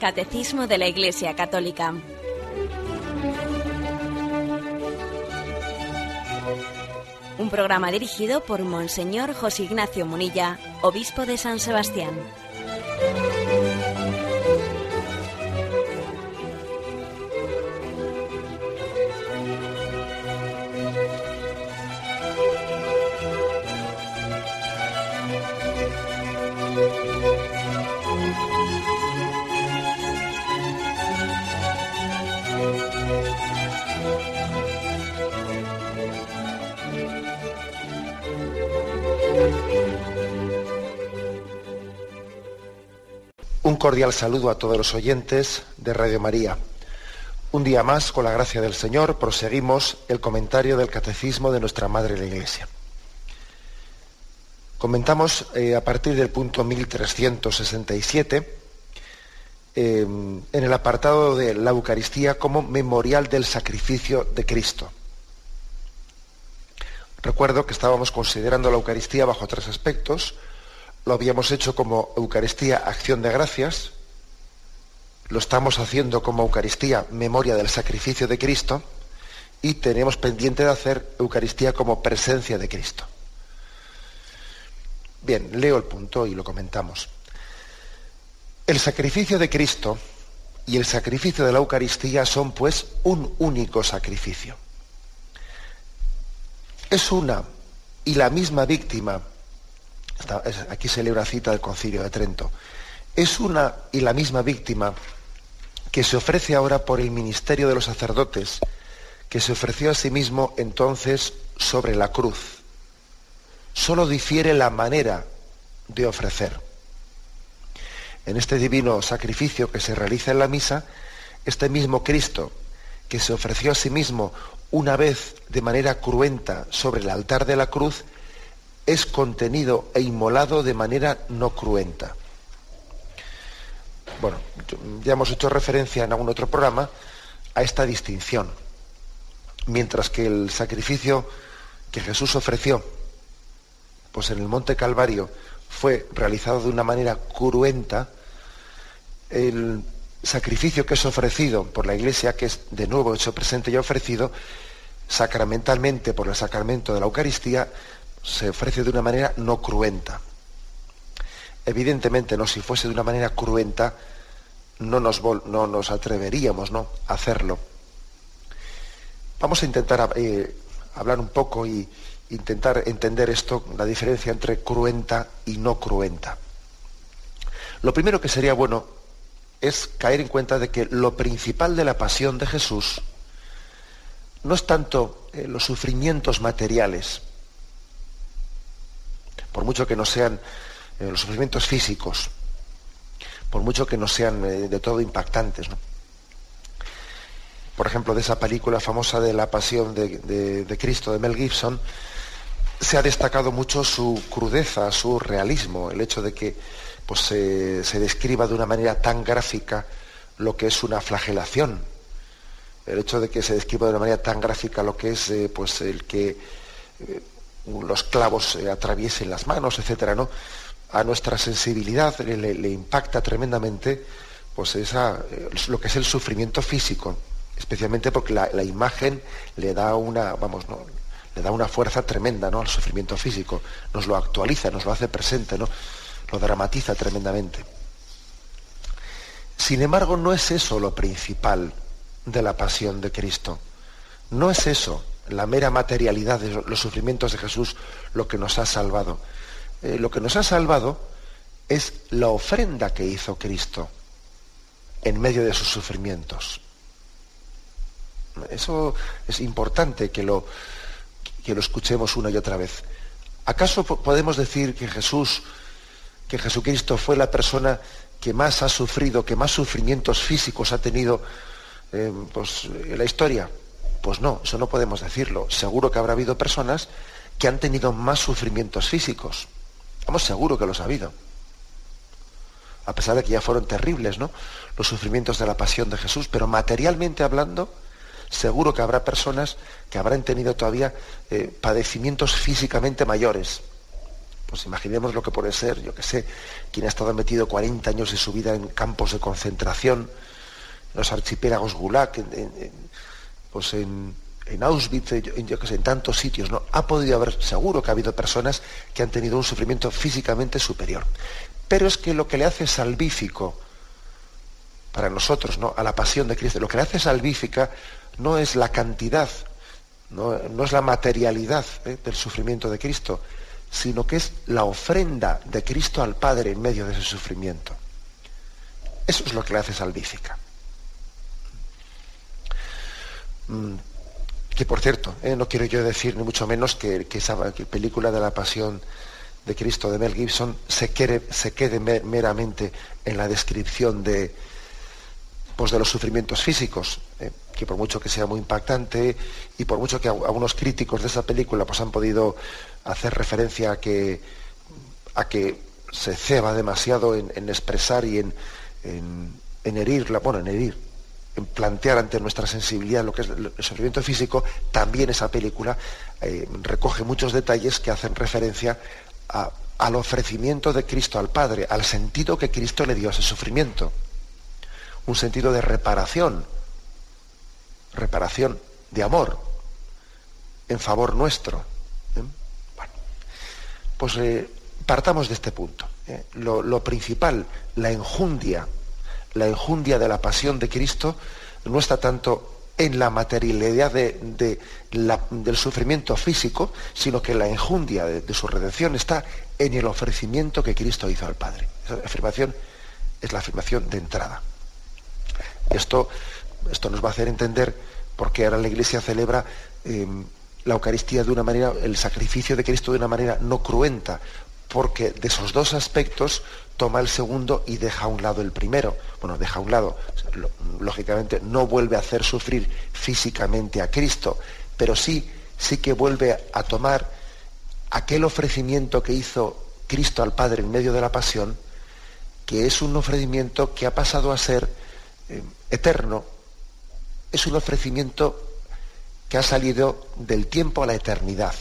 Catecismo de la Iglesia Católica. Un programa dirigido por Monseñor José Ignacio Munilla, obispo de San Sebastián. Un cordial saludo a todos los oyentes de Radio María. Un día más, con la gracia del Señor, proseguimos el comentario del Catecismo de nuestra Madre la Iglesia. Comentamos a partir del punto 1367, en el apartado de la Eucaristía como memorial del sacrificio de Cristo. Recuerdo que estábamos considerando la Eucaristía bajo tres aspectos. Lo habíamos hecho como Eucaristía, acción de gracias. Lo estamos haciendo como Eucaristía, memoria del sacrificio de Cristo. Y tenemos pendiente de hacer Eucaristía como presencia de Cristo. Bien, leo el punto y lo comentamos. El sacrificio de Cristo y el sacrificio de la Eucaristía son, pues, un único sacrificio. Es una y la misma víctima. Aquí se lee una cita del Concilio de Trento. Es una y la misma víctima que se ofrece ahora por el ministerio de los sacerdotes, que se ofreció a sí mismo entonces sobre la cruz. Solo difiere la manera de ofrecer. En este divino sacrificio que se realiza en la misa, este mismo Cristo, que se ofreció a sí mismo una vez de manera cruenta sobre el altar de la cruz, es contenido e inmolado de manera no cruenta. Bueno, ya hemos hecho referencia en algún otro programa a esta distinción. Mientras que el sacrificio que Jesús ofreció, pues en el Monte Calvario, fue realizado de una manera cruenta, el sacrificio que es ofrecido por la Iglesia, que es de nuevo hecho presente y ofrecido sacramentalmente por el sacramento de la Eucaristía, se ofrece de una manera no cruenta. Evidentemente, si fuese de una manera cruenta, no nos atreveríamos, a hacerlo. Vamos a intentar hablar un poco y intentar entender esto, la diferencia entre cruenta y no cruenta. Lo primero que sería bueno es caer en cuenta de que lo principal de la pasión de Jesús no es tanto los sufrimientos materiales, por mucho que no sean los sufrimientos físicos, por mucho que no sean de todo impactantes, ¿no? Por ejemplo, de esa película famosa de la Pasión de Cristo, de Mel Gibson, se ha destacado mucho su crudeza, su realismo, el hecho de que pues, se describa de una manera tan gráfica lo que es una flagelación, el hecho de que se describa de una manera tan gráfica lo que es pues el que los clavos atraviesen las manos, etcétera, ¿no? A nuestra sensibilidad le impacta tremendamente pues lo que es el sufrimiento físico, especialmente porque la imagen le da una fuerza tremenda, ¿no?, al sufrimiento físico, nos lo actualiza, nos lo hace presente, ¿no?, lo dramatiza tremendamente. Sin embargo, no es eso lo principal de la pasión de Cristo. No es eso, la mera materialidad de los sufrimientos de Jesús, lo que nos ha salvado. Lo que nos ha salvado es la ofrenda que hizo Cristo en medio de sus sufrimientos. Eso es importante que lo escuchemos una y otra vez. ¿Acaso podemos decir que Jesucristo fue la persona que más ha sufrido, que más sufrimientos físicos ha tenido en la historia? Pues no, eso no podemos decirlo. Seguro que habrá habido personas que han tenido más sufrimientos físicos. Vamos, seguro que los ha habido. A pesar de que ya fueron terribles, ¿no?, los sufrimientos de la pasión de Jesús, pero materialmente hablando, seguro que habrá personas que habrán tenido todavía padecimientos físicamente mayores. Pues imaginemos lo que puede ser, yo qué sé, quien ha estado metido 40 años de su vida en campos de concentración, en los archipiélagos Gulag, en Auschwitz, yo qué sé, en tantos sitios, ¿no? Ha podido haber, seguro que ha habido personas que han tenido un sufrimiento físicamente superior. Pero es que lo que le hace salvífico para nosotros, ¿no?, a la pasión de Cristo, lo que le hace salvífica no es la cantidad, no es la materialidad del sufrimiento de Cristo, sino que es la ofrenda de Cristo al Padre en medio de ese sufrimiento. Eso es lo que le hace salvífica. Que por cierto, no quiero yo decir ni mucho menos que esa película de la Pasión de Cristo de Mel Gibson se quede meramente en la descripción de los sufrimientos físicos, que por mucho que sea muy impactante y por mucho que algunos críticos de esa película pues han podido hacer referencia a que se ceba demasiado en expresar y en herir, en plantear ante nuestra sensibilidad lo que es el sufrimiento físico, también esa película recoge muchos detalles que hacen referencia al ofrecimiento de Cristo al Padre, al sentido que Cristo le dio a ese sufrimiento. Un sentido de reparación de amor en favor nuestro. Bueno, pues partamos de este punto. Lo principal, la enjundia de la pasión de Cristo no está tanto en la materialidad del sufrimiento físico, sino que la enjundia de su redención está en el ofrecimiento que Cristo hizo al Padre. Esa afirmación es la afirmación de entrada. Esto nos va a hacer entender por qué ahora la Iglesia celebra la Eucaristía de una manera, el sacrificio de Cristo de una manera no cruenta, porque de esos dos aspectos toma el segundo y deja a un lado el primero. Bueno, deja a un lado, lógicamente no vuelve a hacer sufrir físicamente a Cristo, pero sí que vuelve a tomar aquel ofrecimiento que hizo Cristo al Padre en medio de la pasión, que es un ofrecimiento que ha pasado a ser eterno, es un ofrecimiento que ha salido del tiempo a la eternidad.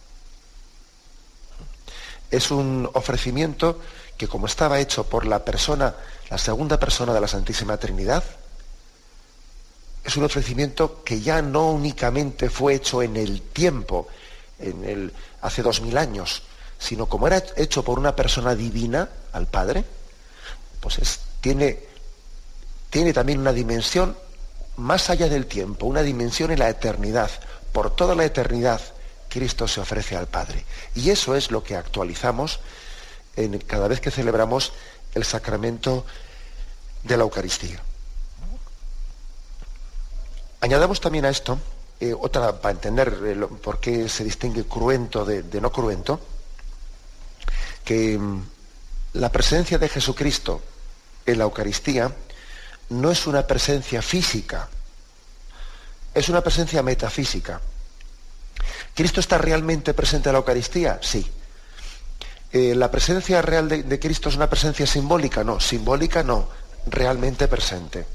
Es un ofrecimiento que, como estaba hecho por la segunda persona de la Santísima Trinidad, es un ofrecimiento que ya no únicamente fue hecho en el tiempo, hace 2000 años, sino como era hecho por una persona divina, al Padre, pues tiene también una dimensión más allá del tiempo, una dimensión en la eternidad. Por toda la eternidad, Cristo se ofrece al Padre. Y eso es lo que actualizamos cada vez que celebramos el sacramento de la Eucaristía. Añadamos también a esto, para entender por qué se distingue cruento de no cruento, que la presencia de Jesucristo en la Eucaristía no es una presencia física, es una presencia metafísica. ¿Cristo está realmente presente en la Eucaristía? Sí. ¿La presencia real de Cristo es una presencia simbólica? No, simbólica no, realmente presente.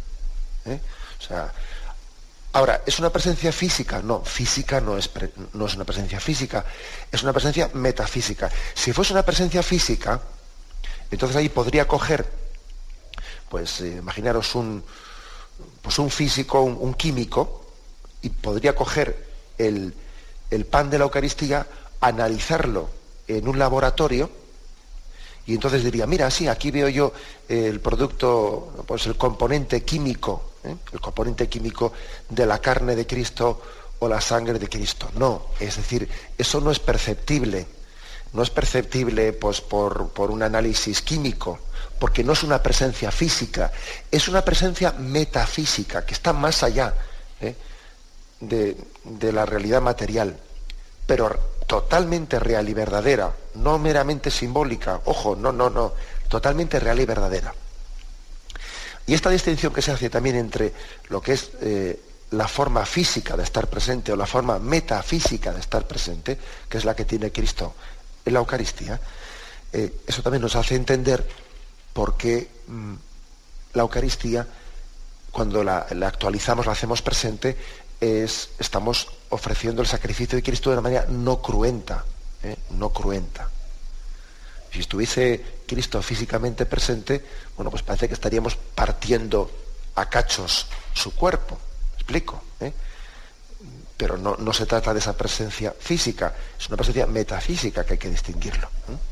Ahora, ¿es una presencia física? No, física no es una presencia física, es una presencia metafísica. Si fuese una presencia física, entonces ahí podría coger, imaginaros un físico, un químico, y podría coger el pan de la Eucaristía, analizarlo en un laboratorio, y entonces diría, mira, sí, aquí veo yo el producto, el componente químico, el componente químico de la carne de Cristo o la sangre de Cristo. No, es decir, eso no es perceptible por un análisis químico, porque no es una presencia física, es una presencia metafísica, que está más allá de la realidad material, pero totalmente real y verdadera, no meramente simbólica, ojo, no, totalmente real y verdadera. Y esta distinción que se hace también entre lo que es la forma física de estar presente o la forma metafísica de estar presente, que es la que tiene Cristo en la Eucaristía, eso también nos hace entender por qué la Eucaristía, cuando la actualizamos, la hacemos presente, estamos ofreciendo el sacrificio de Cristo de una manera no cruenta, no cruenta. Si estuviese Cristo físicamente presente, bueno, pues parece que estaríamos partiendo a cachos su cuerpo. ¿Me explico? Pero no se trata de esa presencia física, es una presencia metafísica que hay que distinguirlo.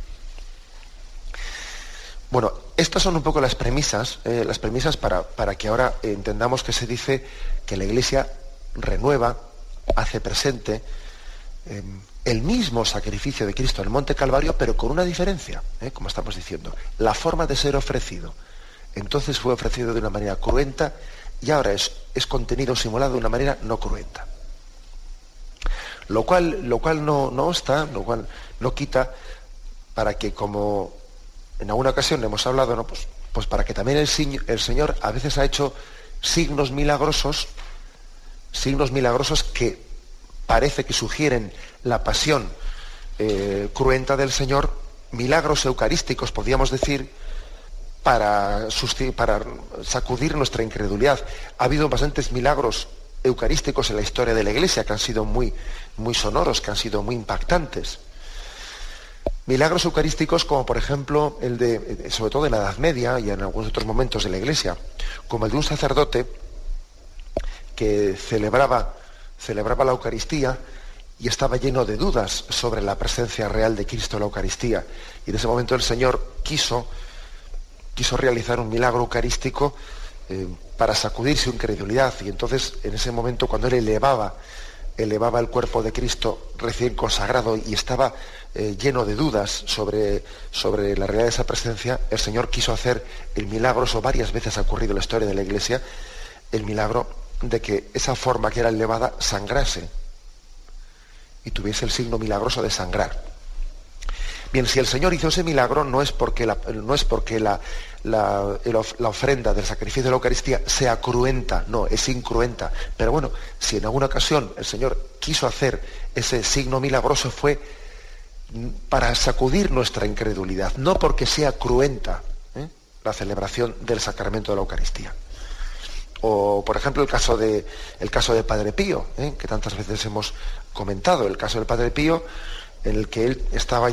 Bueno, estas son un poco las premisas para que ahora entendamos que se dice que la Iglesia renueva, hace presente el mismo sacrificio de Cristo en el Monte Calvario, pero con una diferencia, como estamos diciendo. La forma de ser ofrecido. Entonces fue ofrecido de una manera cruenta y ahora es contenido, simulado de una manera no cruenta. Lo cual no quita para que, como en alguna ocasión hemos hablado, ¿no? Pues para que también el Señor a veces ha hecho signos milagrosos que parece que sugieren la pasión cruenta del Señor, milagros eucarísticos, podríamos decir, para sacudir nuestra incredulidad. Ha habido bastantes milagros eucarísticos en la historia de la Iglesia que han sido muy, muy sonoros, que han sido muy impactantes. Milagros eucarísticos como, por ejemplo, sobre todo en la Edad Media y en algunos otros momentos de la Iglesia, como el de un sacerdote que celebraba la Eucaristía y estaba lleno de dudas sobre la presencia real de Cristo en la Eucaristía. Y en ese momento el Señor quiso realizar un milagro eucarístico para sacudir su incredulidad. Y entonces, en ese momento, cuando él elevaba el cuerpo de Cristo recién consagrado y estaba lleno de dudas sobre la realidad de esa presencia, el Señor quiso hacer el milagro, eso varias veces ha ocurrido en la historia de la Iglesia, el milagro de que esa forma que era elevada sangrase y tuviese el signo milagroso de sangrar. Bien, si el Señor hizo ese milagro, no es porque la ofrenda del sacrificio de la Eucaristía sea cruenta, no, es incruenta. Pero bueno, si en alguna ocasión el Señor quiso hacer ese signo milagroso, fue para sacudir nuestra incredulidad, no porque sea cruenta la celebración del sacramento de la Eucaristía. O, por ejemplo, el caso de Padre Pío, que tantas veces hemos comentado, el caso del Padre Pío, en el que él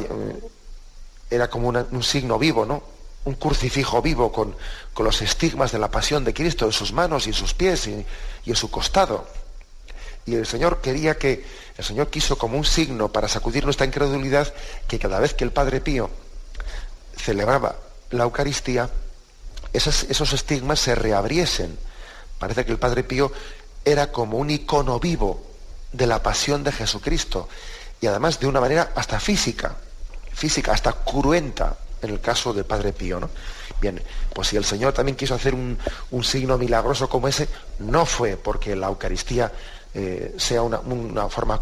era como un signo vivo, ¿no? Un crucifijo vivo con los estigmas de la pasión de Cristo en sus manos y en sus pies y en su costado. Y el Señor quiso como un signo para sacudir nuestra incredulidad, que cada vez que el Padre Pío celebraba la Eucaristía, esos estigmas se reabriesen. Parece que el Padre Pío era como un icono vivo de la pasión de Jesucristo, y además de una manera hasta física, hasta cruenta, en el caso del Padre Pío, ¿no? Bien, pues si el Señor también quiso hacer un signo milagroso como ese, no fue porque la Eucaristía sea una forma,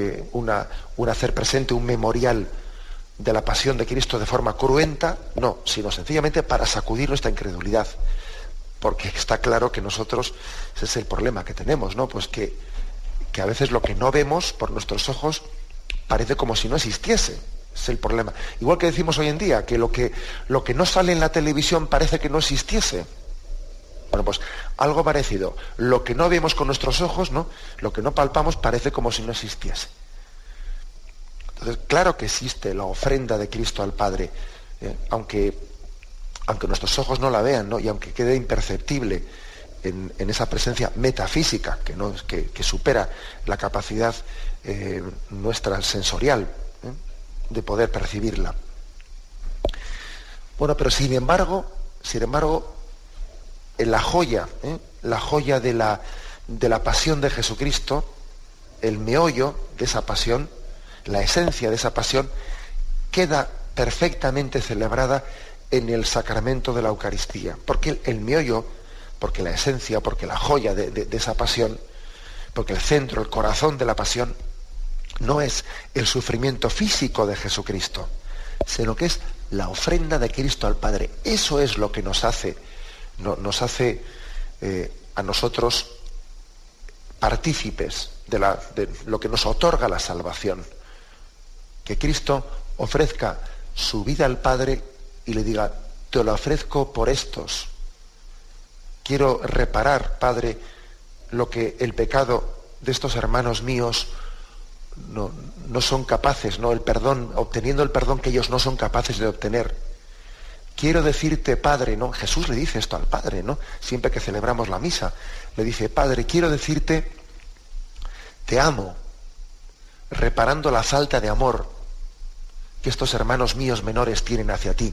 un hacer presente, un memorial de la pasión de Cristo de forma cruenta, no, sino sencillamente para sacudir nuestra incredulidad. Porque está claro que nosotros, ese es el problema que tenemos, ¿no? Pues que a veces lo que no vemos por nuestros ojos parece como si no existiese. Es el problema. Igual que decimos hoy en día, que lo que no sale en la televisión parece que no existiese. Bueno, pues algo parecido. Lo que no vemos con nuestros ojos, ¿no? Lo que no palpamos parece como si no existiese. Entonces, claro que existe la ofrenda de Cristo al Padre, aunque nuestros ojos no la vean, ¿no? Y aunque quede imperceptible en esa presencia metafísica que supera la capacidad nuestra sensorial de poder percibirla. Bueno, pero sin embargo, en la joya de la pasión de Jesucristo, el meollo de esa pasión, la esencia de esa pasión, queda perfectamente celebrada en el sacramento de la Eucaristía. Porque el meollo, porque la esencia, porque la joya de esa pasión, porque el centro, el corazón de la pasión, no es el sufrimiento físico de Jesucristo, sino que es la ofrenda de Cristo al Padre. Eso es lo que nos hace a nosotros partícipes de lo que nos otorga la salvación. Que Cristo ofrezca su vida al Padre y le diga: te lo ofrezco por estos. Quiero reparar, Padre, lo que el pecado de estos hermanos míos no son capaces, ¿no? Obteniendo el perdón que ellos no son capaces de obtener. Quiero decirte, Padre, ¿no? Jesús le dice esto al Padre, ¿no? Siempre que celebramos la misa, le dice, Padre, quiero decirte, te amo, reparando la falta de amor que estos hermanos míos menores tienen hacia ti.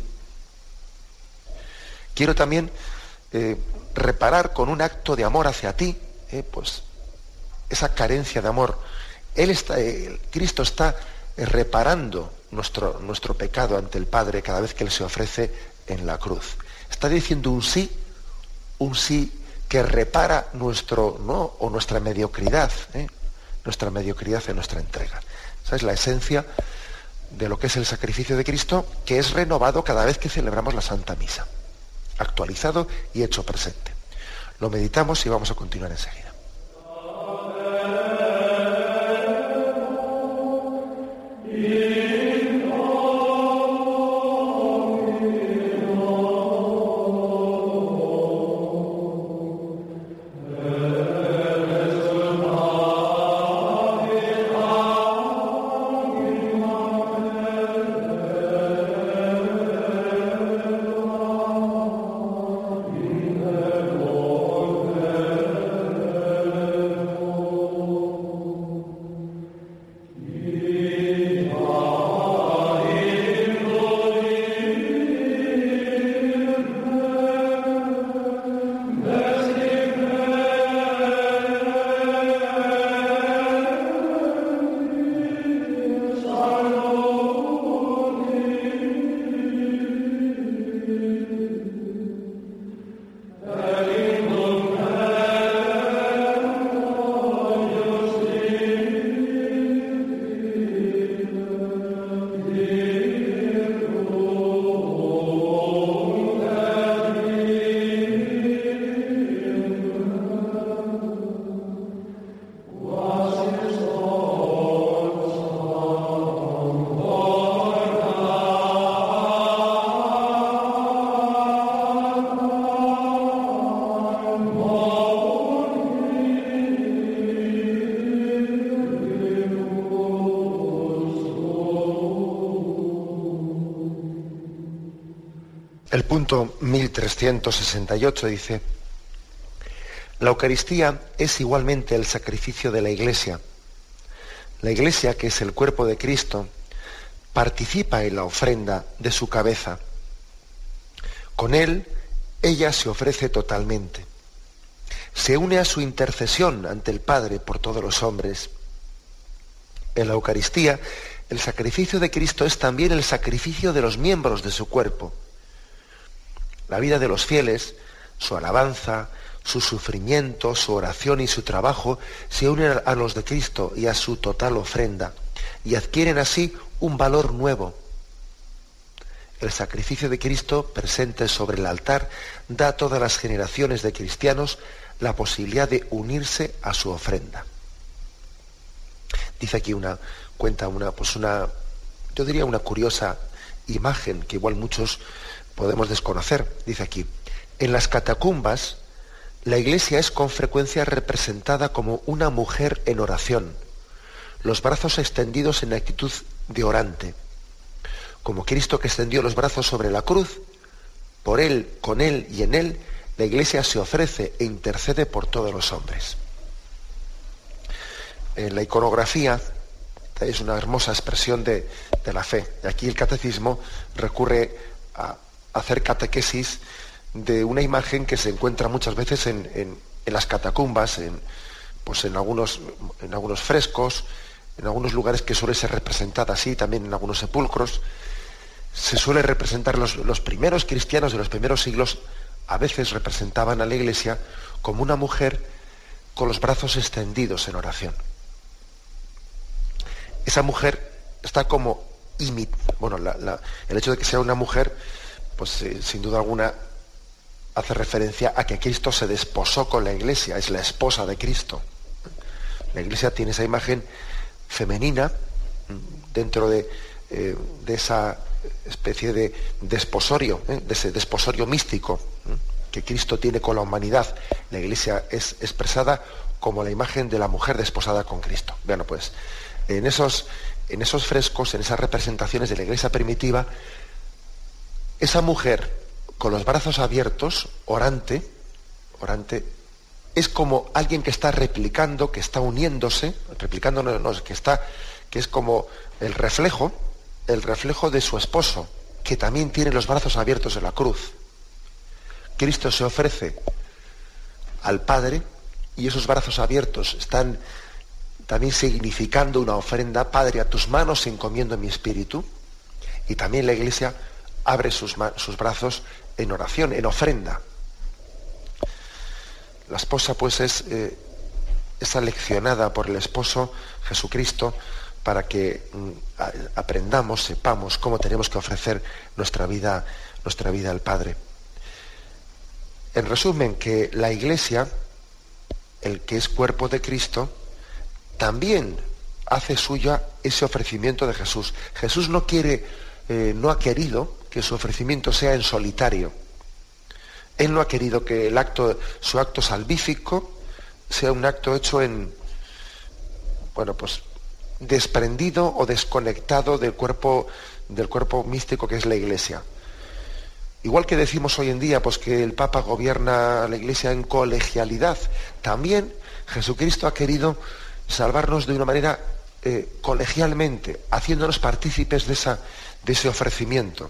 Quiero también reparar con un acto de amor hacia ti, pues esa carencia de amor. Cristo está reparando nuestro pecado ante el Padre cada vez que Él se ofrece en la cruz. Está diciendo un sí que repara nuestra mediocridad, nuestra mediocridad en nuestra entrega. Esa es la esencia de lo que es el sacrificio de Cristo, que es renovado cada vez que celebramos la Santa Misa, actualizado y hecho presente. Lo meditamos y vamos a continuar enseguida. El punto 1368 dice: la Eucaristía es igualmente el sacrificio de la Iglesia. La Iglesia, que es el cuerpo de Cristo, participa en la ofrenda de su cabeza. Con él, ella se ofrece totalmente. Se une a su intercesión ante el Padre por todos los hombres. En la Eucaristía, el sacrificio de Cristo es también el sacrificio de los miembros de su cuerpo. La vida de los fieles, su alabanza, su sufrimiento, su oración y su trabajo se unen a los de Cristo y a su total ofrenda, y adquieren así un valor nuevo. El sacrificio de Cristo presente sobre el altar da a todas las generaciones de cristianos la posibilidad de unirse a su ofrenda. Dice aquí una curiosa imagen que igual muchos podemos desconocer. Dice aquí: en las catacumbas, la Iglesia es con frecuencia representada como una mujer en oración, los brazos extendidos en actitud de orante. Como Cristo que extendió los brazos sobre la cruz, por Él, con Él y en Él, la Iglesia se ofrece e intercede por todos los hombres. En la iconografía es una hermosa expresión de la fe. Aquí el catecismo recurre a hacer catequesis de una imagen que se encuentra muchas veces en las catacumbas, en algunos frescos, en algunos lugares que suele ser representada así, también en algunos sepulcros. Se suele representar los primeros cristianos de los primeros siglos, a veces representaban a la Iglesia como una mujer con los brazos extendidos en oración. Esa mujer está como el hecho de que sea una mujer, pues sin duda alguna hace referencia a que Cristo se desposó con la Iglesia, es la esposa de Cristo. La Iglesia tiene esa imagen femenina dentro de esa especie de desposorio, de ese desposorio místico que Cristo tiene con la humanidad. La Iglesia es expresada como la imagen de la mujer desposada con Cristo. Bueno, pues En esos frescos, en esas representaciones de la iglesia primitiva, esa mujer con los brazos abiertos, orante, es como alguien que está replicando, que está uniéndose, que es como el reflejo de su esposo, que también tiene los brazos abiertos en la cruz. Cristo se ofrece al Padre y esos brazos abiertos están también significando una ofrenda. Padre, a tus manos encomiendo mi espíritu. Y también la Iglesia abre sus brazos en oración, en ofrenda. La esposa pues es aleccionada por el esposo Jesucristo para que aprendamos, sepamos cómo tenemos que ofrecer nuestra vida al Padre. En resumen, que la Iglesia, el que es cuerpo de Cristo, también hace suya ese ofrecimiento de Jesús. Jesús no ha querido que su ofrecimiento sea en solitario. Él no ha querido que su acto salvífico sea un acto hecho desprendido o desconectado del cuerpo místico que es la Iglesia. Igual que decimos hoy en día pues que el Papa gobierna la Iglesia en colegialidad, también Jesucristo ha querido salvarnos de una manera colegialmente, haciéndonos partícipes de ese ofrecimiento.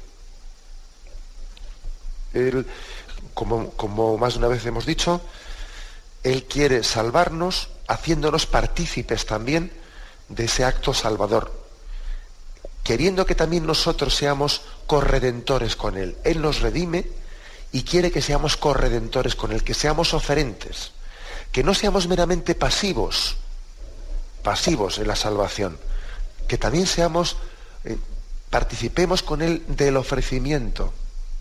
Él, como más de una vez hemos dicho, Él quiere salvarnos haciéndonos partícipes también de ese acto salvador, queriendo que también nosotros seamos corredentores con Él. Él nos redime y quiere que seamos corredentores con Él, que seamos oferentes, que no seamos meramente pasivos en la salvación, que también participemos con Él del ofrecimiento.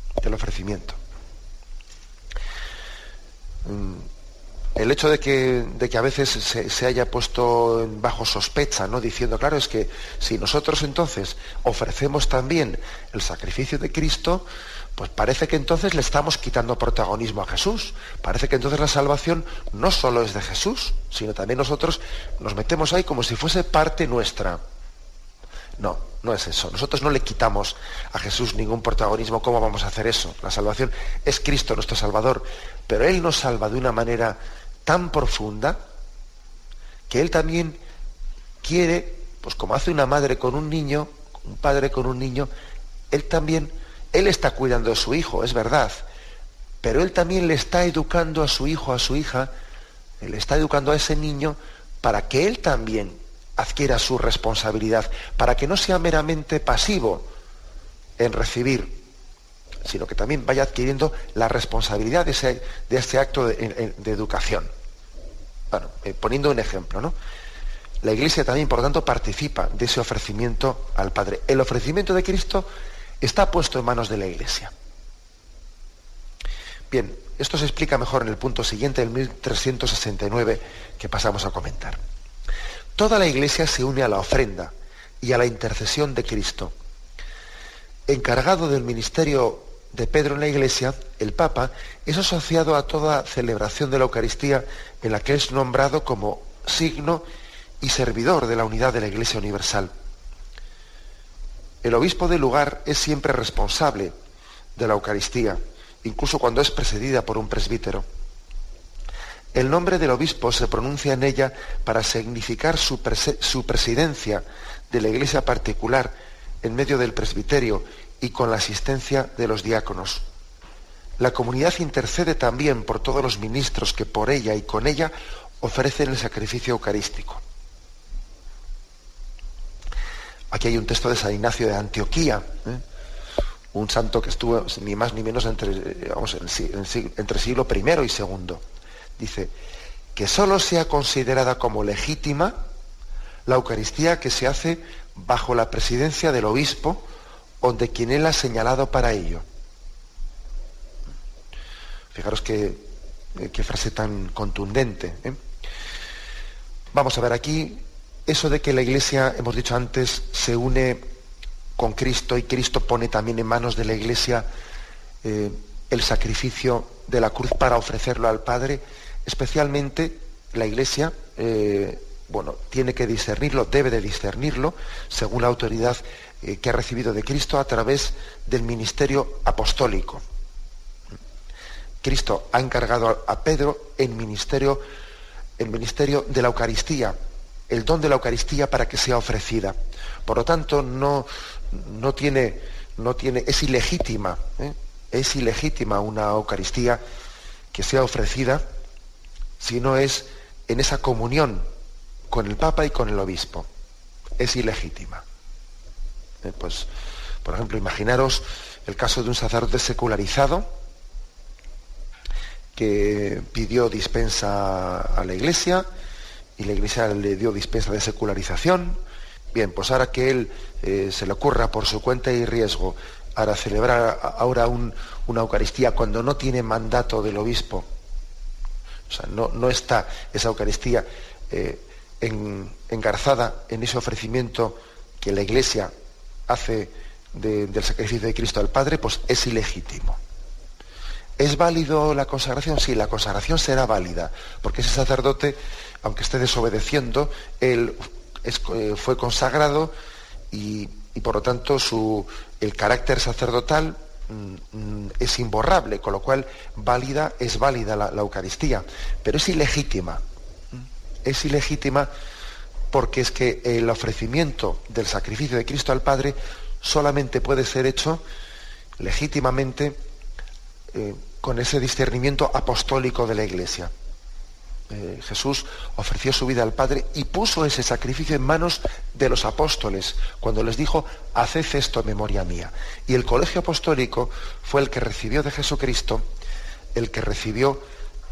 El hecho de que a veces se haya puesto bajo sospecha, ¿no? Diciendo, claro, es que si nosotros entonces ofrecemos también el sacrificio de Cristo, pues parece que entonces le estamos quitando protagonismo a Jesús. Parece que entonces la salvación no solo es de Jesús, sino también nosotros nos metemos ahí como si fuese parte nuestra. No, no es eso. Nosotros no le quitamos a Jesús ningún protagonismo. ¿Cómo vamos a hacer eso? La salvación es Cristo nuestro Salvador, pero Él nos salva de una manera tan profunda que Él también quiere, pues como hace una madre con un niño, un padre con un niño, Él está cuidando de su hijo, es verdad, pero Él también le está educando a su hijo, a su hija, Él está educando a ese niño para que Él también adquiera su responsabilidad, para que no sea meramente pasivo en recibir, sino que también vaya adquiriendo la responsabilidad de este acto de educación. Bueno, poniendo un ejemplo, ¿no? La Iglesia también, por lo tanto, participa de ese ofrecimiento al Padre. El ofrecimiento de Cristo está puesto en manos de la Iglesia. Bien, esto se explica mejor en el punto siguiente, el 1369, que pasamos a comentar. Toda la Iglesia se une a la ofrenda y a la intercesión de Cristo. Encargado del ministerio de Pedro en la Iglesia, el Papa es asociado a toda celebración de la Eucaristía en la que es nombrado como signo y servidor de la unidad de la Iglesia universal. El obispo del lugar es siempre responsable de la Eucaristía, incluso cuando es presidida por un presbítero. El nombre del obispo se pronuncia en ella para significar su presidencia de la Iglesia particular en medio del presbiterio y con la asistencia de los diáconos. La comunidad intercede también por todos los ministros que por ella y con ella ofrecen el sacrificio eucarístico. Aquí hay un texto de San Ignacio de Antioquía, un santo que estuvo ni más ni menos entre siglo I y II. Dice que sólo sea considerada como legítima la Eucaristía que se hace bajo la presidencia del obispo o de quien él ha señalado para ello. Fijaros qué frase tan contundente, ¿eh? Vamos a ver aquí eso de que la Iglesia, hemos dicho antes, se une con Cristo y Cristo pone también en manos de la Iglesia el sacrificio de la cruz para ofrecerlo al Padre. Especialmente la Iglesia bueno, tiene que discernirlo, debe de discernirlo, según la autoridad que ha recibido de Cristo a través del ministerio apostólico. Cristo ha encargado a Pedro el ministerio de la Eucaristía, el don de la Eucaristía para que sea ofrecida. Por lo tanto, es ilegítima, es ilegítima una Eucaristía que sea ofrecida si no es en esa comunión con el Papa y con el Obispo. Es ilegítima. Pues, por ejemplo, imaginaros el caso de un sacerdote secularizado que pidió dispensa a la Iglesia y la Iglesia le dio dispensa de secularización. Bien, pues ahora que él se le ocurra por su cuenta y riesgo ahora celebrar ahora una Eucaristía cuando no tiene mandato del obispo, o sea, no está esa Eucaristía engarzada en ese ofrecimiento que la Iglesia hace del sacrificio de Cristo al Padre, pues es ilegítimo. ¿Es válido la consagración? Sí, la consagración será válida, porque ese sacerdote, aunque esté desobedeciendo, él fue consagrado y por lo tanto el carácter sacerdotal es imborrable, con lo cual es válida la Eucaristía, pero es ilegítima. Es ilegítima porque es que el ofrecimiento del sacrificio de Cristo al Padre solamente puede ser hecho legítimamente con ese discernimiento apostólico de la Iglesia. Jesús ofreció su vida al Padre y puso ese sacrificio en manos de los apóstoles, cuando les dijo, haced esto en memoria mía. Y el colegio apostólico fue el que recibió de Jesucristo, el que recibió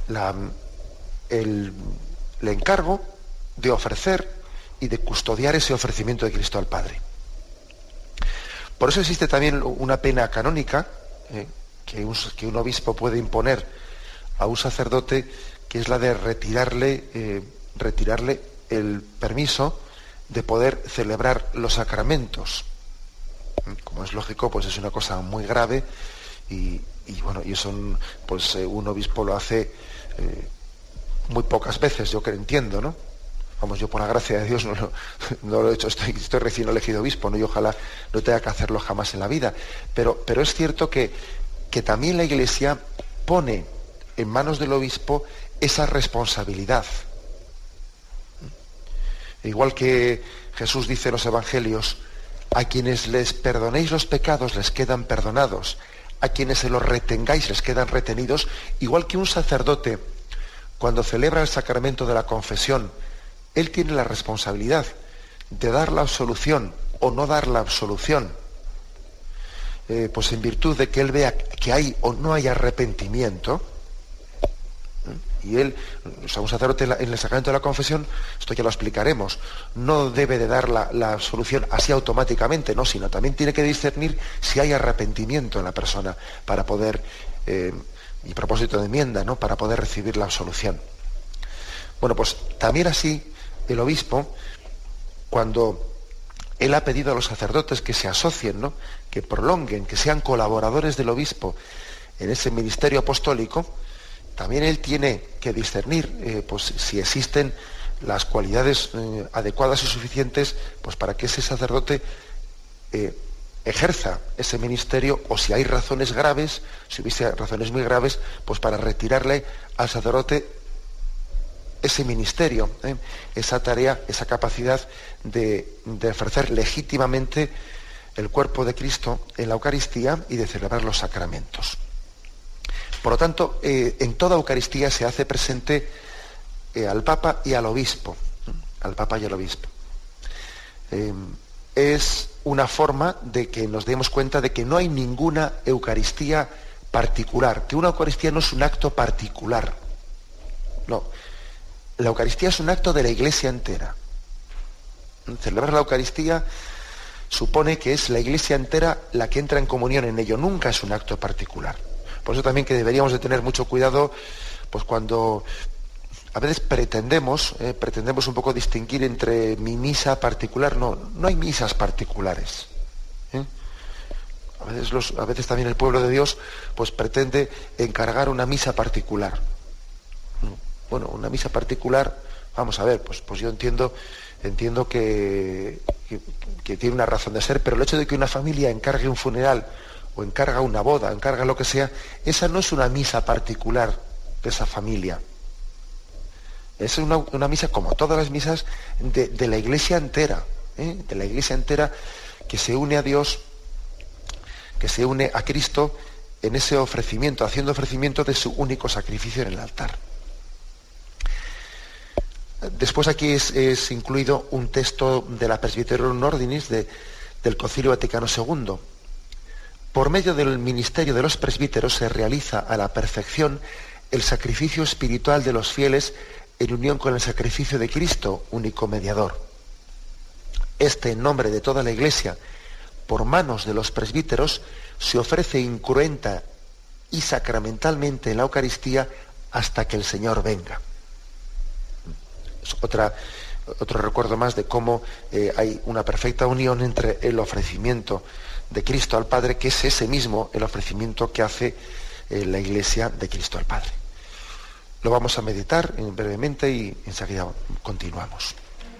el encargo de ofrecer y de custodiar ese ofrecimiento de Cristo al Padre. Por eso existe también una pena canónica que un obispo puede imponer a un sacerdote, que es la de retirarle el permiso de poder celebrar los sacramentos. Como es lógico, pues es una cosa muy grave y eso pues un obispo lo hace muy pocas veces, yo que entiendo, ¿no? Vamos, yo por la gracia de Dios no lo he hecho, estoy recién elegido obispo, ¿no? Y ojalá no tenga que hacerlo jamás en la vida. Pero es cierto que también la Iglesia pone en manos del obispo esa responsabilidad. Igual que Jesús dice en los Evangelios, a quienes les perdonéis los pecados les quedan perdonados, a quienes se los retengáis les quedan retenidos, igual que un sacerdote, cuando celebra el sacramento de la confesión, él tiene la responsabilidad de dar la absolución o no dar la absolución, pues en virtud de que él vea que hay o no hay arrepentimiento. Y él, o sea, un sacerdote en el sacramento de la confesión, esto ya lo explicaremos, no debe de dar la absolución así automáticamente, no, sino también tiene que discernir si hay arrepentimiento en la persona para poder, y propósito de enmienda, ¿no?, para poder recibir la absolución. Bueno, pues también así el obispo, cuando él ha pedido a los sacerdotes que se asocien, ¿no?, que prolonguen, que sean colaboradores del obispo en ese ministerio apostólico, también él tiene que discernir pues si existen las cualidades adecuadas y suficientes pues para que ese sacerdote ejerza ese ministerio, o si hay razones graves, si hubiese razones muy graves, pues para retirarle al sacerdote ese ministerio, esa tarea, esa capacidad de ofrecer legítimamente el cuerpo de Cristo en la Eucaristía y de celebrar los sacramentos. Por lo tanto, en toda Eucaristía se hace presente al Papa y al Obispo. Al Papa y al Obispo. Es una forma de que nos demos cuenta de que no hay ninguna Eucaristía particular, que una Eucaristía no es un acto particular. No. La Eucaristía es un acto de la Iglesia entera. Celebrar la Eucaristía supone que es la Iglesia entera la que entra en comunión en ello, nunca es un acto particular. Por eso también que deberíamos de tener mucho cuidado, pues cuando a veces pretendemos un poco distinguir entre mi misa particular. No hay misas particulares. A veces también el pueblo de Dios pues pretende encargar una misa particular. Bueno, una misa particular Vamos a ver, pues yo entiendo que tiene una razón de ser, pero el hecho de que una familia encargue un funeral o encarga una boda, encarga lo que sea, esa no es una misa particular de esa familia. Es una misa como todas las misas de la Iglesia entera, de la Iglesia entera que se une a Dios, que se une a Cristo en ese ofrecimiento, haciendo ofrecimiento de su único sacrificio en el altar. Después aquí es incluido un texto de la Presbyterorum Ordinis del Concilio Vaticano II. Por medio del ministerio de los presbíteros se realiza a la perfección el sacrificio espiritual de los fieles en unión con el sacrificio de Cristo, único mediador. Este, en nombre de toda la Iglesia, por manos de los presbíteros, se ofrece incruenta y sacramentalmente en la Eucaristía hasta que el Señor venga. Es otro recuerdo más de cómo hay una perfecta unión entre el ofrecimiento de Cristo al Padre, que es ese mismo el ofrecimiento que hace la Iglesia de Cristo al Padre. Lo vamos a meditar brevemente y enseguida continuamos.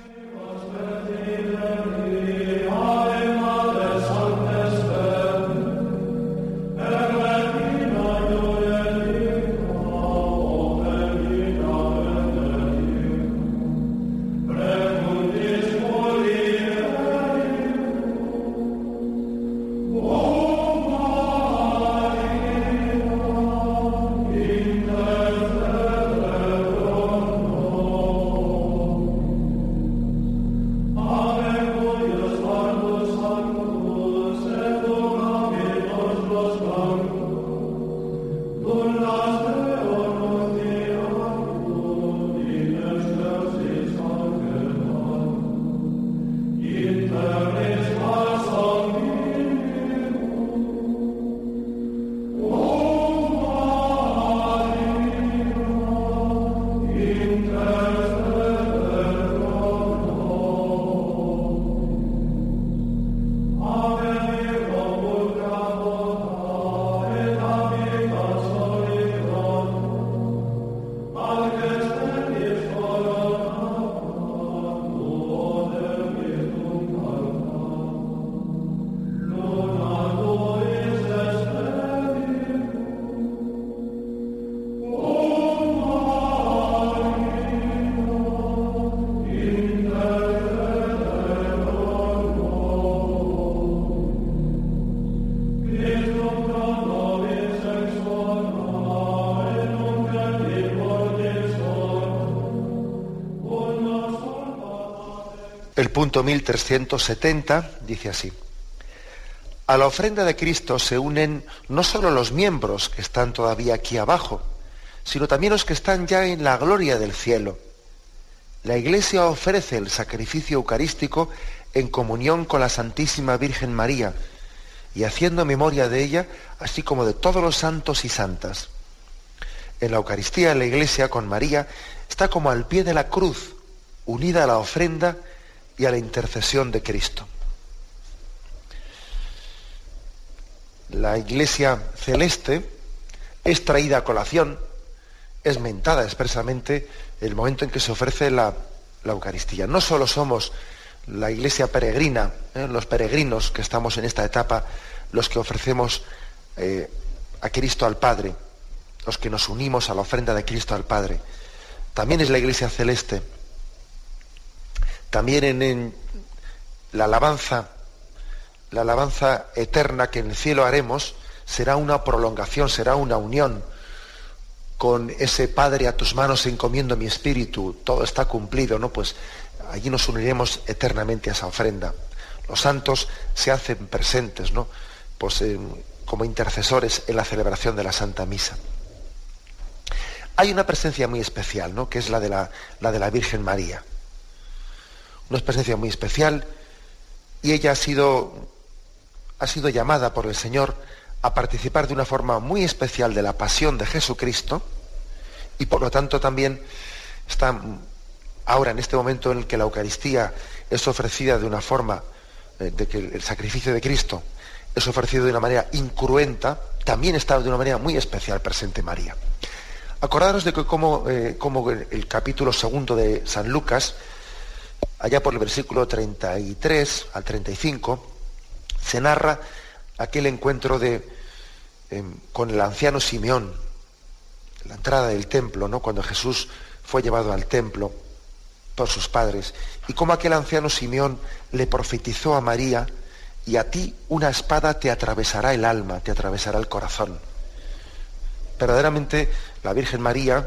El punto 1370 dice así: a la ofrenda de Cristo se unen no solo los miembros que están todavía aquí abajo, sino también los que están ya en la gloria del cielo. La Iglesia ofrece el sacrificio eucarístico en comunión con la Santísima Virgen María y haciendo memoria de ella, así como de todos los santos y santas. En la Eucaristía, la Iglesia con María está como al pie de la cruz, unida a la ofrenda y a la intercesión de Cristo. La Iglesia celeste es traída a colación, es mentada expresamente el momento en que se ofrece la Eucaristía. No solo somos la Iglesia peregrina, los peregrinos que estamos en esta etapa, los que ofrecemos a Cristo al Padre, los que nos unimos a la ofrenda de Cristo al Padre. También es la Iglesia celeste. También en la alabanza eterna que en el cielo haremos será una prolongación, será una unión con ese Padre, a tus manos encomiendo mi espíritu, todo está cumplido, ¿no? Pues allí nos uniremos eternamente a esa ofrenda. Los santos se hacen presentes, ¿no? Pues como intercesores en la celebración de la Santa Misa. Hay una presencia muy especial, ¿no? Que es la de la Virgen María. Una presencia muy especial, y ella ha sido llamada por el Señor a participar de una forma muy especial de la pasión de Jesucristo, y por lo tanto también está ahora en este momento en el que la Eucaristía es ofrecida de una forma, de que el sacrificio de Cristo es ofrecido de una manera incruenta, también está de una manera muy especial presente María. Acordaros de que como el capítulo 2 de San Lucas, allá por el versículo 33 al 35, se narra aquel encuentro con el anciano Simeón, la entrada del templo, ¿no? Cuando Jesús fue llevado al templo por sus padres, y cómo aquel anciano Simeón le profetizó a María: y a ti una espada te atravesará el alma, te atravesará el corazón. Verdaderamente la Virgen María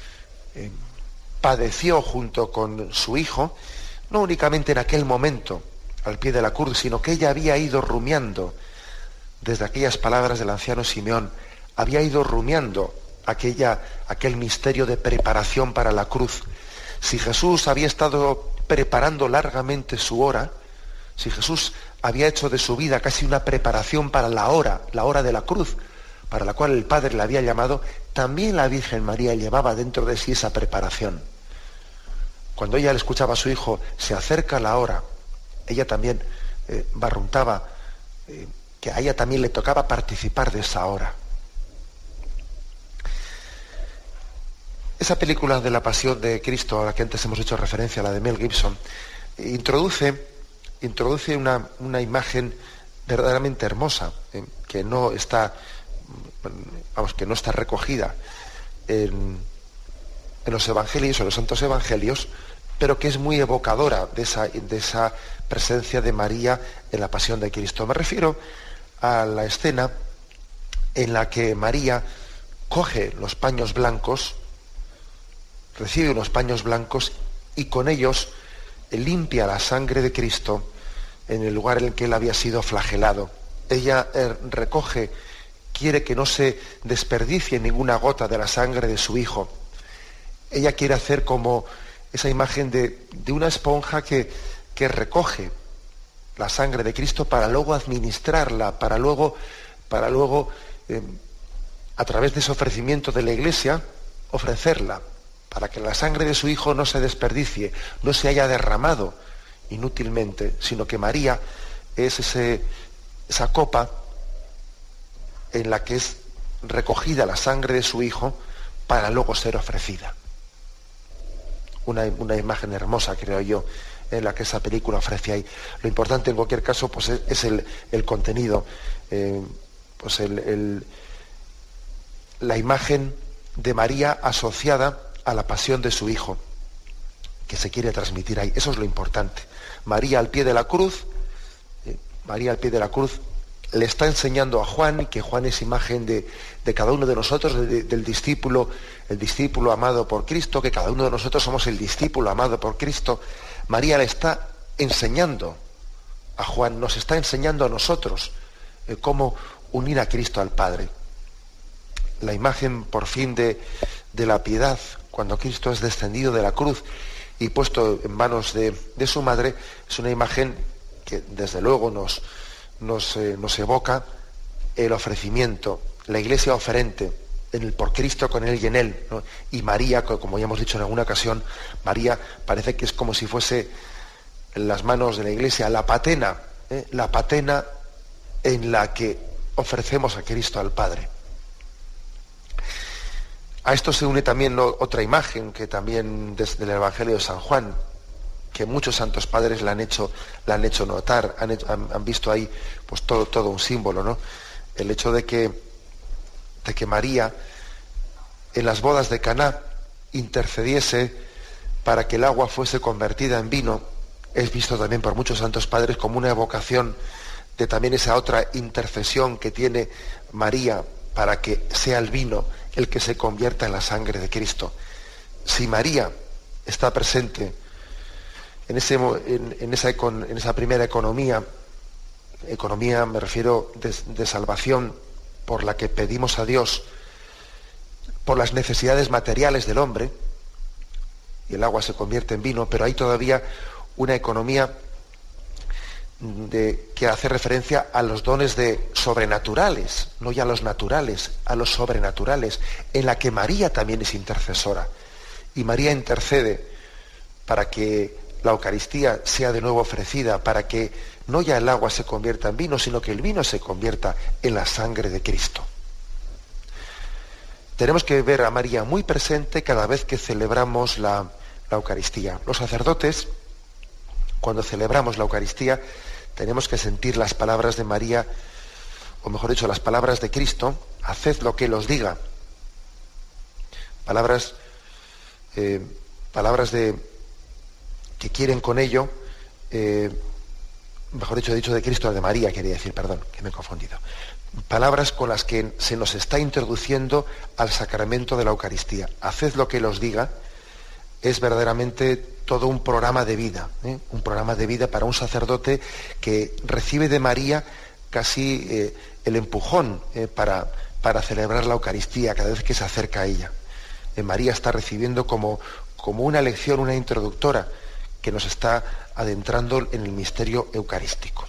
padeció junto con su hijo, no únicamente en aquel momento al pie de la cruz, sino que ella había ido rumiando desde aquellas palabras del anciano Simeón, había ido rumiando aquel misterio de preparación para la cruz. Si Jesús había estado preparando largamente su hora, si Jesús había hecho de su vida casi una preparación para la hora de la cruz, para la cual el Padre le había llamado, también la Virgen María llevaba dentro de sí esa preparación. Cuando ella le escuchaba a su hijo: se acerca la hora, ella también barruntaba que a ella también le tocaba participar de esa hora. Esa película de la Pasión de Cristo, a la que antes hemos hecho referencia, la de Mel Gibson, introduce una imagen verdaderamente hermosa, que no está recogida en los evangelios, en los santos evangelios, pero que es muy evocadora de esa presencia de María en la Pasión de Cristo. Me refiero a la escena en la que María coge los paños blancos, recibe unos paños blancos y con ellos limpia la sangre de Cristo en el lugar en el que él había sido flagelado. Ella recoge, quiere que no se desperdicie ninguna gota de la sangre de su hijo. Ella quiere hacer como esa imagen de una esponja que recoge la sangre de Cristo para luego administrarla, para luego a través de ese ofrecimiento de la Iglesia, ofrecerla, para que la sangre de su hijo no se desperdicie, no se haya derramado inútilmente, sino que María es esa copa en la que es recogida la sangre de su hijo para luego ser ofrecida. Una imagen hermosa, creo yo, en la que esa película ofrece ahí. Lo importante en cualquier caso pues es el contenido, la imagen de María asociada a la pasión de su hijo, que se quiere transmitir ahí. Eso es lo importante. María al pie de la cruz, le está enseñando a Juan, que Juan es imagen de cada uno de nosotros, del discípulo, el discípulo amado por Cristo, que cada uno de nosotros somos el discípulo amado por Cristo. María le está enseñando a Juan, nos está enseñando a nosotros cómo unir a Cristo al Padre. La imagen, por fin, de la piedad, cuando Cristo es descendido de la cruz y puesto en manos de su madre, es una imagen que desde luego nos evoca el ofrecimiento, la Iglesia oferente, en el por Cristo, con Él y en Él, ¿no? Y María, como ya hemos dicho en alguna ocasión, María parece que es como si fuese en las manos de la Iglesia la patena en la que ofrecemos a Cristo al Padre. A esto se une también otra imagen que también desde el Evangelio de San Juan, que muchos santos padres la han hecho notar, han visto ahí pues todo un símbolo, ¿no? El hecho de que María en las bodas de Caná intercediese para que el agua fuese convertida en vino, es visto también por muchos santos padres como una evocación de también esa otra intercesión que tiene María para que sea el vino el que se convierta en la sangre de Cristo. Si María está presente en esa primera economía me refiero de salvación, por la que pedimos a Dios por las necesidades materiales del hombre, y el agua se convierte en vino, pero hay todavía una economía que hace referencia a los dones sobrenaturales, no ya a los naturales, a los sobrenaturales, en la que María también es intercesora. Y María intercede para que la Eucaristía sea de nuevo ofrecida, para que no ya el agua se convierta en vino, sino que el vino se convierta en la sangre de Cristo. Tenemos que ver a María muy presente cada vez que celebramos la Eucaristía. Los sacerdotes, cuando celebramos la Eucaristía, tenemos que sentir las palabras de María, o mejor dicho, las palabras de Cristo: haced lo que Él os diga. Palabras de que quieren con ello, mejor dicho, he dicho de Cristo, de María quería decir, perdón, que me he confundido. Palabras con las que se nos está introduciendo al sacramento de la Eucaristía. Haced lo que Él os diga es verdaderamente todo un programa de vida, un programa de vida para un sacerdote que recibe de María casi el empujón para celebrar la Eucaristía cada vez que se acerca a ella. María está recibiendo como una lección, una introductora que nos está adentrando en el misterio eucarístico.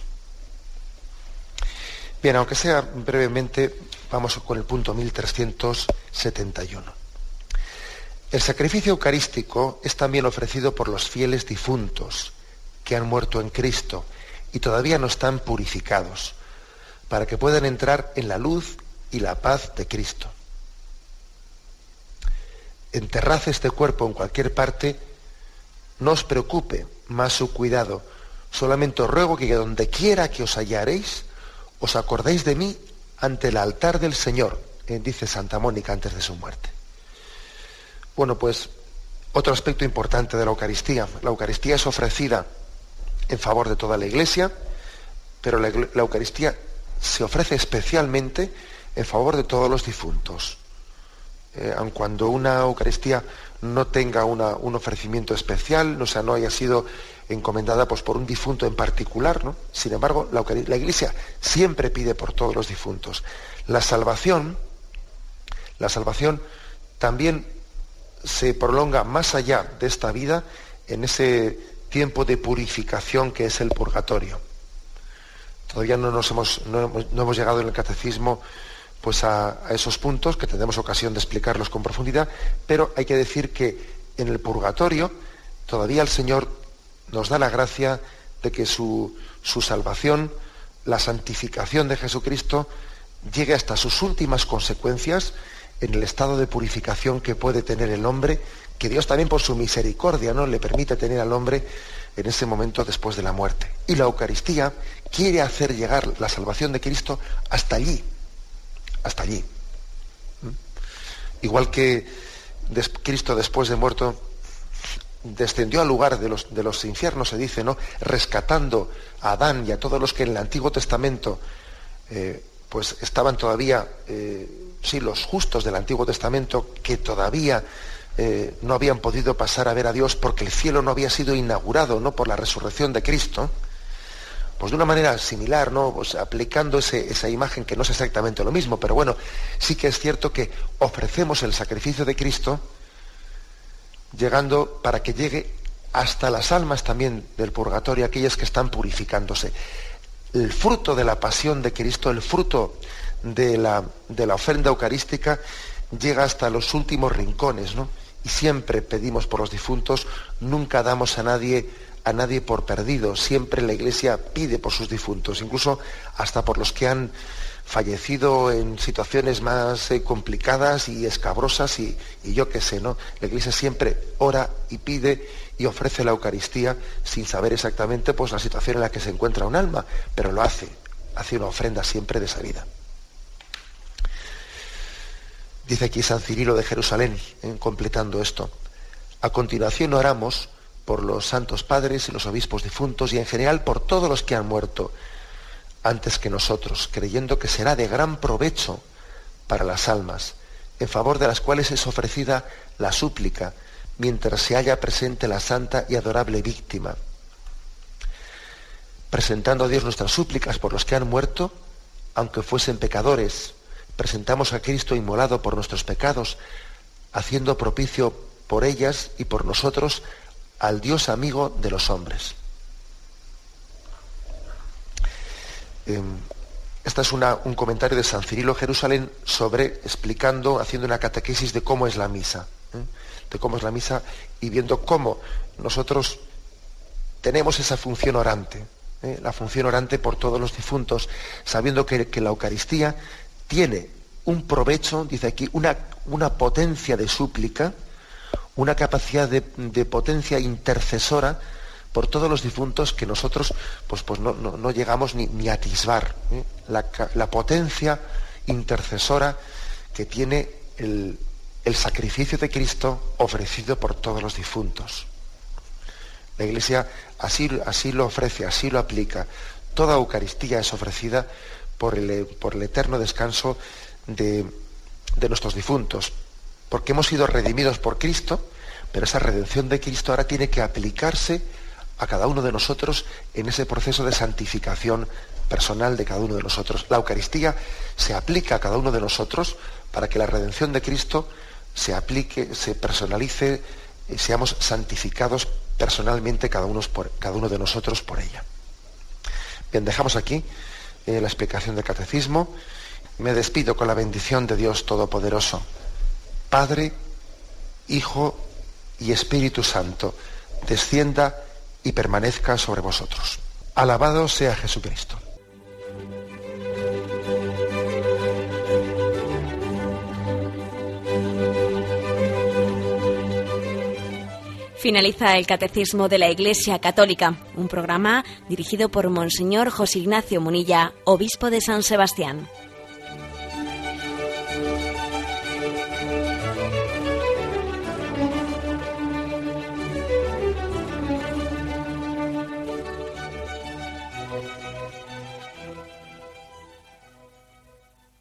Bien, aunque sea brevemente, vamos con el punto 1371. El sacrificio eucarístico es también ofrecido por los fieles difuntos que han muerto en Cristo y todavía no están purificados, para que puedan entrar en la luz y la paz de Cristo. Enterrad este cuerpo en cualquier parte, no os preocupe más su cuidado, solamente os ruego que donde quiera que os hallaréis, os acordéis de mí ante el altar del Señor, dice Santa Mónica antes de su muerte. Bueno, pues otro aspecto importante de la Eucaristía. La Eucaristía es ofrecida en favor de toda la Iglesia, pero la Eucaristía se ofrece especialmente en favor de todos los difuntos. Aun cuando una Eucaristía no tenga un ofrecimiento especial, no haya sido encomendada pues, por un difunto en particular, ¿no? Sin embargo, la Iglesia siempre pide por todos los difuntos. La salvación también se prolonga más allá de esta vida en ese tiempo de purificación que es el purgatorio. Todavía no hemos llegado en el catecismo pues a esos puntos, que tendremos ocasión de explicarlos con profundidad, pero hay que decir que en el purgatorio todavía el Señor nos da la gracia de que su salvación, la santificación de Jesucristo, llegue hasta sus últimas consecuencias en el estado de purificación que puede tener el hombre, que Dios también por su misericordia, ¿no?, le permite tener al hombre en ese momento después de la muerte. Y la Eucaristía quiere hacer llegar la salvación de Cristo hasta allí. Hasta allí. Igual que Cristo después de muerto descendió al lugar de los infiernos, se dice, ¿no?, rescatando a Adán y a todos los que en el Antiguo Testamento pues estaban todavía, los justos del Antiguo Testamento, que todavía no habían podido pasar a ver a Dios porque el cielo no había sido inaugurado, ¿no?, por la resurrección de Cristo. Pues de una manera similar, ¿no?, pues aplicando esa imagen, que no es exactamente lo mismo, pero bueno, sí que es cierto que ofrecemos el sacrificio de Cristo llegando para que llegue hasta las almas también del purgatorio, aquellas que están purificándose. El fruto de la pasión de Cristo, el fruto de la ofrenda eucarística, llega hasta los últimos rincones, ¿no? Y siempre pedimos por los difuntos, nunca damos a nadie por perdido, siempre la Iglesia pide por sus difuntos, incluso hasta por los que han fallecido en situaciones más complicadas y escabrosas y yo qué sé, ¿no? La Iglesia siempre ora y pide y ofrece la Eucaristía sin saber exactamente pues la situación en la que se encuentra un alma, pero lo hace una ofrenda siempre de esa vida. Dice aquí San Cirilo de Jerusalén, completando esto: a continuación oramos por los santos padres y los obispos difuntos y en general por todos los que han muerto antes que nosotros, creyendo que será de gran provecho para las almas, en favor de las cuales es ofrecida la súplica, mientras se halla presente la santa y adorable víctima. Presentando a Dios nuestras súplicas por los que han muerto, aunque fuesen pecadores, presentamos a Cristo inmolado por nuestros pecados, haciendo propicio por ellas y por nosotros al Dios amigo de los hombres. Este es un comentario de San Cirilo Jerusalén explicando, haciendo una catequesis de cómo es la misa, de cómo es la misa y viendo cómo nosotros tenemos esa función orante, la función orante por todos los difuntos, sabiendo que la Eucaristía tiene un provecho, dice aquí, una potencia de súplica, una capacidad de potencia intercesora por todos los difuntos que nosotros pues no llegamos ni a atisbar, ¿eh? La potencia intercesora que tiene el sacrificio de Cristo ofrecido por todos los difuntos. La Iglesia así lo ofrece, así lo aplica. Toda Eucaristía es ofrecida por el eterno descanso de nuestros difuntos, porque hemos sido redimidos por Cristo, pero esa redención de Cristo ahora tiene que aplicarse a cada uno de nosotros en ese proceso de santificación personal de cada uno de nosotros. La Eucaristía se aplica a cada uno de nosotros para que la redención de Cristo se aplique, se personalice, seamos santificados personalmente cada uno de nosotros por ella. Bien, dejamos aquí la explicación del Catecismo. Me despido con la bendición de Dios Todopoderoso, Padre, Hijo y Espíritu Santo, descienda y permanezca sobre vosotros. Alabado sea Jesucristo. Finaliza el Catecismo de la Iglesia Católica, un programa dirigido por Monseñor José Ignacio Munilla, obispo de San Sebastián.